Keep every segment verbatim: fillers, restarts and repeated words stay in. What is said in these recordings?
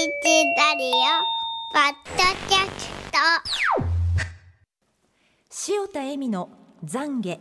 ラリオポッドキャスト。 塩田恵美の懺悔。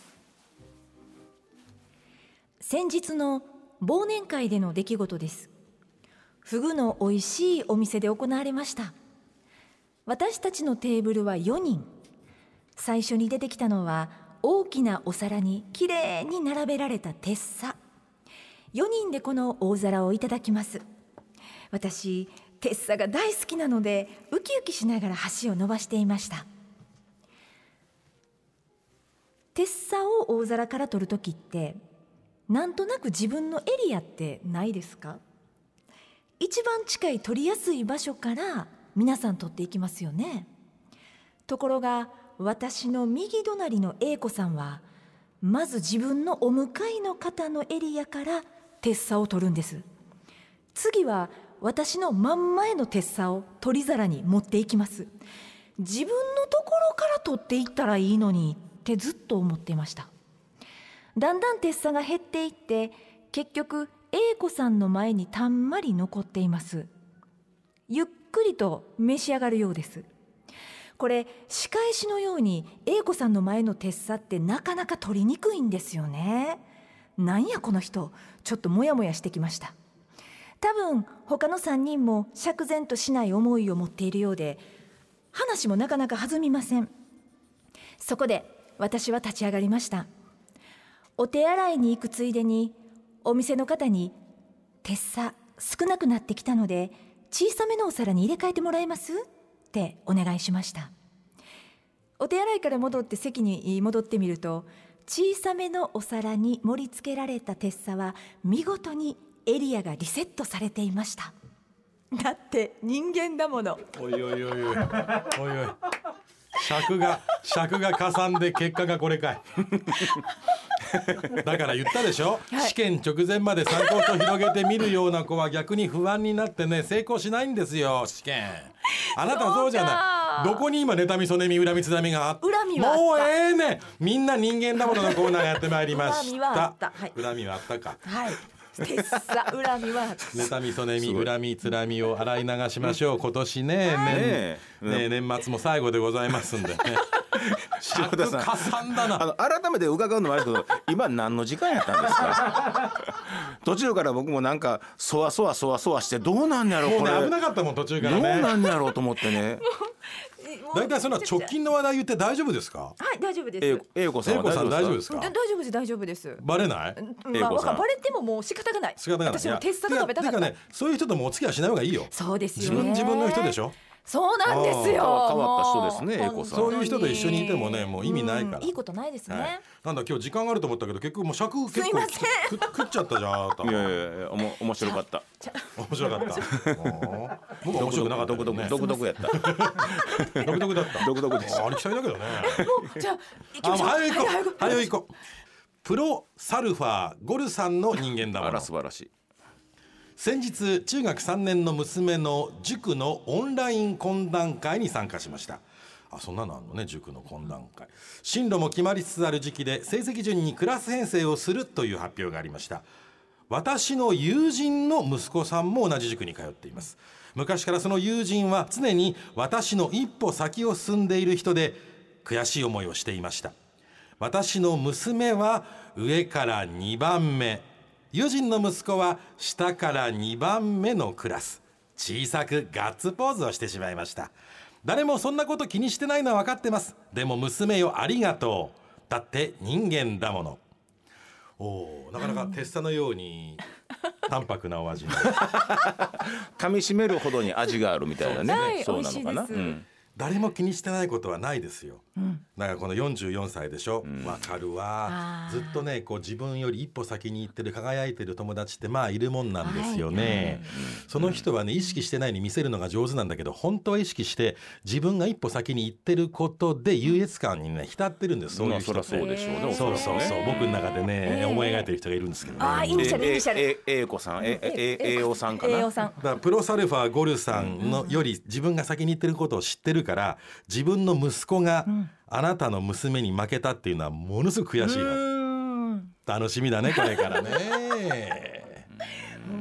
先日の忘年会での出来事です。フグのおいしいお店で行われました。私たちのテーブルはよにん。最初に出てきたのは大きなお皿にきれいに並べられたてっさ。よにんでこの大皿をいただきます。私、てっさが大好きなのでウキウキしながら箸を伸ばしていました。てっさを大皿から取るときってなんとなく自分のエリアってないですか？一番近い取りやすい場所から皆さん取っていきますよね。ところが私の右隣の A 子さんはまず自分のお向かいの方のエリアからてっさを取るんです。次は私の真ん前のてっさを取り皿に持っていきます。自分のところから取っていったらいいのにってずっと思っていました。だんだんてっさが減っていって結局 A 子さんの前にたんまり残っています。ゆっくりと召し上がるようです。これ仕返しのように A 子さんの前のてっさってなかなか取りにくいんですよね。なんやこの人、ちょっとモヤモヤしてきました。多分他のさんにんも釈然としない思いを持っているようで話もなかなか弾みません。そこで私は立ち上がりました。お手洗いに行くついでにお店の方にてっさ少なくなってきたので小さめのお皿に入れ替えてもらえますってお願いしました。お手洗いから戻って席に戻ってみると小さめのお皿に盛り付けられたてっさは見事にエリアがリセットされていました。だって人間だもの。 おいおいおいおいおいおい尺が尺がかさんで結果がこれかいだから言ったでしょ、はい、試験直前まで参考書広げてみるような子は逆に不安になってね成功しないんですよ試験。あなたはそうじゃない。どこに今妬みそねみ恨みつらみがあった。 恨みはあった。 もうええねみんな人間だもののコーナーやってまいりました。 恨みはあった、はい、 恨みはあったか。 はいてっさ恨みは妬みそねみ恨みつらみを洗い流しましょう。今年ね、 はい、 ねね年末も最後でございますんでね尺かさんだな。 あの改めて伺うのもあるけど今何の時間やったんですか途中から僕もなんかそわそわそわそわしてどうなんやろうこれ。 もうね危なかったもん途中からね。 どうなんやろうと思ってねだいたいその直近の話題言って大丈夫ですか？ はい大丈夫です。 A 子さんは大丈夫ですか？ 大丈夫です大丈夫です。 バレない？ まあ、バレてももう仕方がない。 仕方がない。 私もテッサと食べたかった。 てかねそういう人ともお付き合いしない方がいいよ。 そうですよね。 自分自分の人でしょ。 そうなんですよ。 変わった人ですね A 子さん。 そういう人と一緒にいてもねもう意味ないから、 いいことないですね、はい、 なんだ今日時間があると思ったけど結構もう尺結構食っちゃったじゃん。 いやいやいやおも面白かった面白かった僕は面白くなかったけどね。 独特やった独特だった独特でした。 ありきたりだけどねじゃあ行きましょう。 早い行こう早い行こう。プロサルファーゴルさんの人間だもの。 あら素晴らしい。 先日中学さんねんの娘の塾のオンライン懇談会に参加しました。あそんなのあるのね塾の懇談会。進路も決まりつつある時期で成績順にクラス編成をするという発表がありました。私の友人の息子さんも同じ塾に通っています。昔からその友人は常に私の一歩先を進んでいる人で悔しい思いをしていました。私の娘は上からにばんめ、友人の息子は下からにばんめのクラス。小さくガッツポーズをしてしまいました。誰もそんなこと気にしてないのは分かってます。でも娘よありがとう。だって人間だもの。おなかなかテッサのように淡白なお味噛み締めるほどに味があるみたいなね、はい、そうなのかな、うん、 誰も気にしてないことはないですよ、うん、だからこのよんじゅうよんさいでしょ、うん、分かるわ。ずっとねこう自分より一歩先に行ってる輝いてる友達ってまあいるもんなんですよね、はいはい、その人はね意識してないように見せるのが上手なんだけど本当は意識して自分が一歩先に行ってることで優越感にね浸ってるんです。そういう人って、まあ、そりゃそうでしょうね。そうそうそう僕の中でね、えー、思い描いてる人がいるんですけどね。 あイニシャルイニシャル A 子さん A 子さんかな。 栄養さんだからプロサルファーゴルさんのより自分が先に行ってることを知ってるから自分の息子があなたの娘に負けたっていうのはものすごく悔しいな。楽しみだねこれからねほんま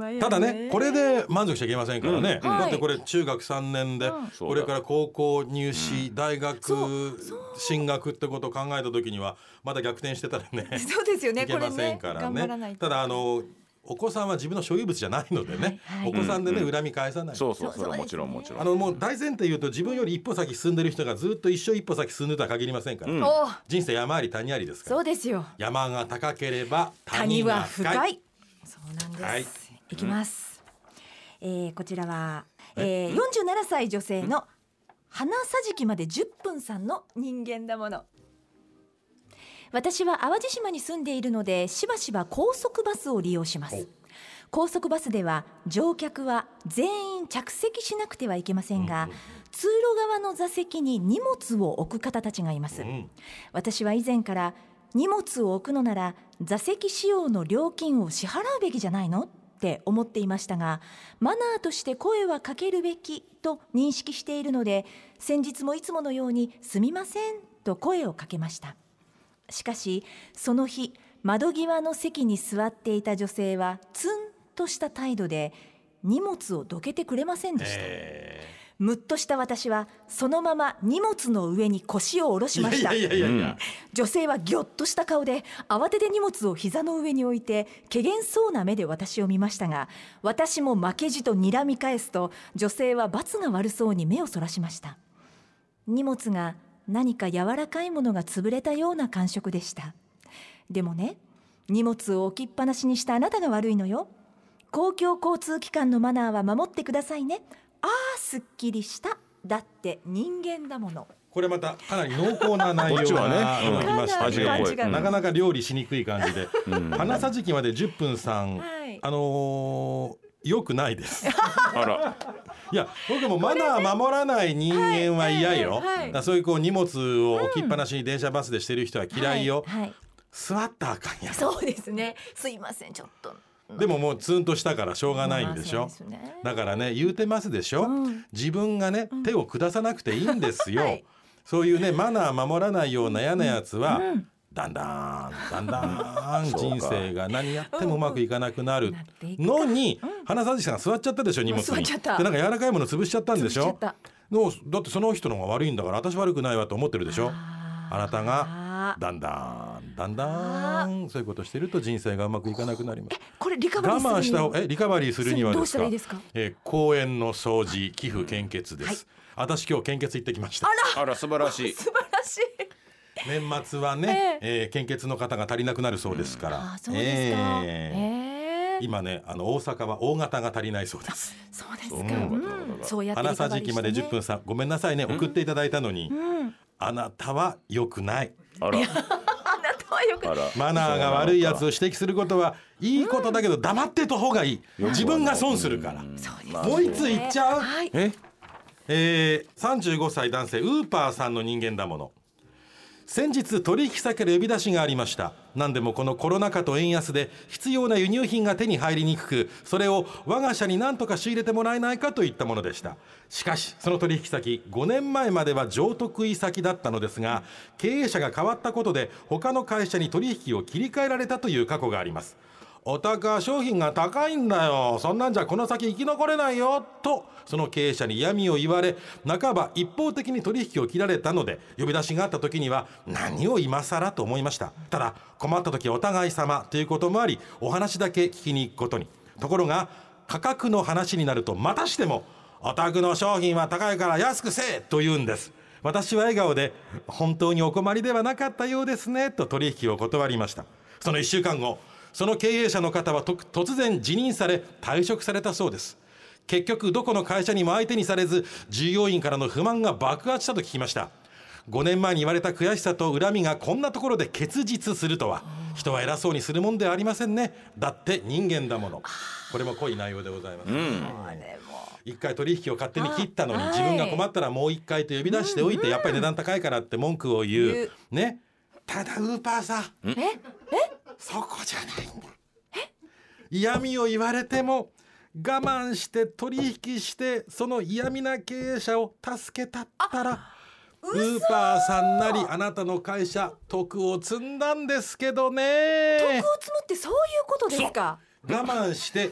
ただねこれで満足しちゃいけませんからね、 うんだってこれ中学さんねんで、 うんこれから高校入試、大学進学ってことを考えた時にはまだ逆転してたらねそうですよねいけませんからね。 これね頑張らないとただあのお子さんは自分の所有物じゃないのでね、 はいはいお子さんでね、 うん恨み返さない。 そうそう、 そうそれはもちろんもちろん。 あのもう大前提言うと自分より一歩先進んでる人がずっと一生一歩先進んでとは限りませんから、 うんお人生山あり谷ありですから。 そうですよ。 山が高ければ谷谷がは深深い。 い。そうなんです。 はいいきます。えーこちらは、えー、よんじゅうななさい女性の花さじきまでじゅっぷんさんの人間だもの。私は淡路島に住んでいるのでしばしば高速バスを利用します。高速バスでは乗客は全員着席しなくてはいけませんが、通路側の座席に荷物を置く方たちがいます。 うん私は以前から荷物を置くのなら座席使用の料金を支払うべきじゃないのって思っていましたが、マナーとして声はかけるべきと認識しているので、先日もいつものようにすみませんと声をかけました。しかしその日窓際の席に座っていた女性はツンとした態度で荷物をどけてくれませんでした。 えむっとした私はそのまま荷物の上に腰を下ろしました。 ーいやいやいやいや、 女性はぎょっとした顔で慌てて荷物を膝の上に置いて怪げそうな目で私を見ましたが、私も負けじと睨み返すと女性は罰が悪そうに目をそらしました。荷物が何か柔らかいものが潰れたような感触でした。でもね、荷物を置きっぱなしにしたあなたが悪いのよ。公共交通機関のマナーは守ってくださいね。あーすっきりした。だって人間だもの。 これまたかなり濃厚な内容こっちはねうんが来ました味が濃いなかなか料理しにくい感じで、 ん花さじきまでじゅっぷんさん、 はいあのー、よくないですあら、 いや僕もマナー守らない人間は嫌よ、 はいはいはいだからそういうこう荷物を置きっぱなしに電車バスでしてる人は嫌いよ、 はいはい座ったらあかんやろ。 そうですね。すいませんちょっと。 でももうツンとしたからしょうがないんでしょ、 まあそうですねだからね言うてますでしょ、 うん自分がね手を下さなくていいんですよ、 はいそういうねマナー守らないような嫌なやつは、 うんだんだんだんだんそうか人生が何やってもうまくいかなくなるなっていくかのに、花さじきさんが座っちゃったでしょ荷物に。 座っちゃったでなんか柔らかいもの潰しちゃったんでしょ潰しちゃった。 のだってその人の方が悪いんだから私悪くないわと思ってるでしょ。 あーあなたがあーだんだんだんだんそういうことしてると人生がうまくいかなくなります。 これリカバリーするに我慢した方えリカバリーするにはどうですかしたらいいですか。 えー公園の掃除寄付献血です、 はい私今日献血行ってきました。 あら素晴らしい。 素晴らしい。 年末はね、えー献血の方が足りなくなるそうですから、 あーそうですか。 えーえー今ねあの大阪は大型が足りないそうです。 そうですか。 うんうんそうやって花リカバリーしてねさじきまでじゅっぷんさんごめんなさいね送っていただいたのに、 うん。 あなたは良くないあら、 あなたはよくあら。 マナーが悪いやつを指摘することはいいことだけど黙ってた方がいい、自分が損するから、 うんそうですまあもう一つ言っちゃう、 はい。 え、 えー、さんじゅうごさい男性ウーパーさんの人間だもの。先日取引先から呼び出しがありました。何でもこのコロナ禍と円安で必要な輸入品が手に入りにくく、それを我が社に何とか仕入れてもらえないかといったものでした。しかしその取引先ごねんまえまでは譲渡井先だったのですが、経営者が変わったことで他の会社に取引を切り替えられたという過去があります。お宅は商品が高いんだよ、そんなんじゃこの先生き残れないよとその経営者に嫌味を言われ、半ば一方的に取引を切られたので、呼び出しがあった時には何を今更と思いました。ただ困った時はお互い様ということもあり、お話だけ聞きに行くことに。ところが価格の話になるとまたしてもお宅の商品は高いから安くせえと言うんです。私は笑顔で本当にお困りではなかったようですねと取引を断りました。そのいっしゅうかんご、その経営者の方はと突然辞任され退職されたそうです。結局どこの会社にも相手にされず、従業員からの不満が爆発したと聞きました。ごねんまえに言われた悔しさと恨みがこんなところで結実するとは、人は偉そうにするもんではありませんね。だって人間だもの。これも濃い内容でございます、 うん、 一回取引を勝手に切ったのに、 はい自分が困ったらもう一回と呼び出しておいて、やっぱり値段高いからって文句を言う、 言うね。ただウーパーさん、 えそこじゃないんだ。嫌味を言われても我慢して取引してその嫌味な経営者を助けたったら、ウーパーさんなりあなたの会社徳を積んだんですけどね。 徳を積むってそういうことですか。 我慢して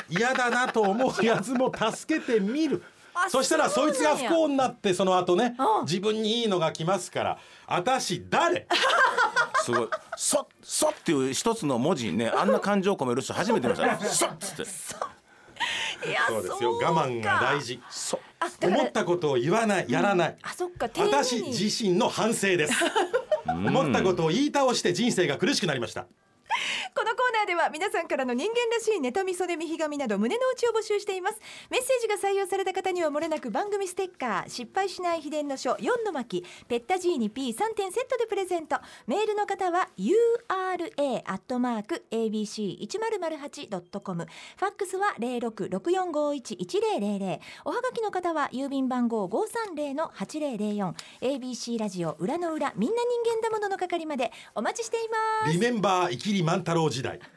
嫌だなと思うやつも助けてみる。そしたらそいつが不幸になってその後ね、自分にいいのが来ますから。あたし誰すごいそそっていう一つの文字にね、あんな感情を込める人初めて見ましたそっつって。 いやそうですよ、我慢が大事。 そ思ったことを言わない、やらない、 あ、そっか、丁寧に私自身の反省です思ったことを言い倒して人生が苦しくなりました。 このコーナーでは皆さんからの人間らしい妬み袖見ひがみなど胸の内を募集しています。メッセージが採用された方には漏れなく番組ステッカー、失敗しない秘伝の書よんの巻、ペッタジーニ ピーさん 点セットでプレゼント。メールの方は ユーアールエー アットマーク エービーシーいちまるまるはち ドットコム、 ファックスは ゼロろくろくよんごいちいちゼロゼロゼロ、おはがきの方は郵便番号 ごーさんゼロのはちゼロゼロよん、 エービーシー ラジオ裏の裏みんな人間だものの係までお待ちしています。 リメンバーイキリ万太郎時代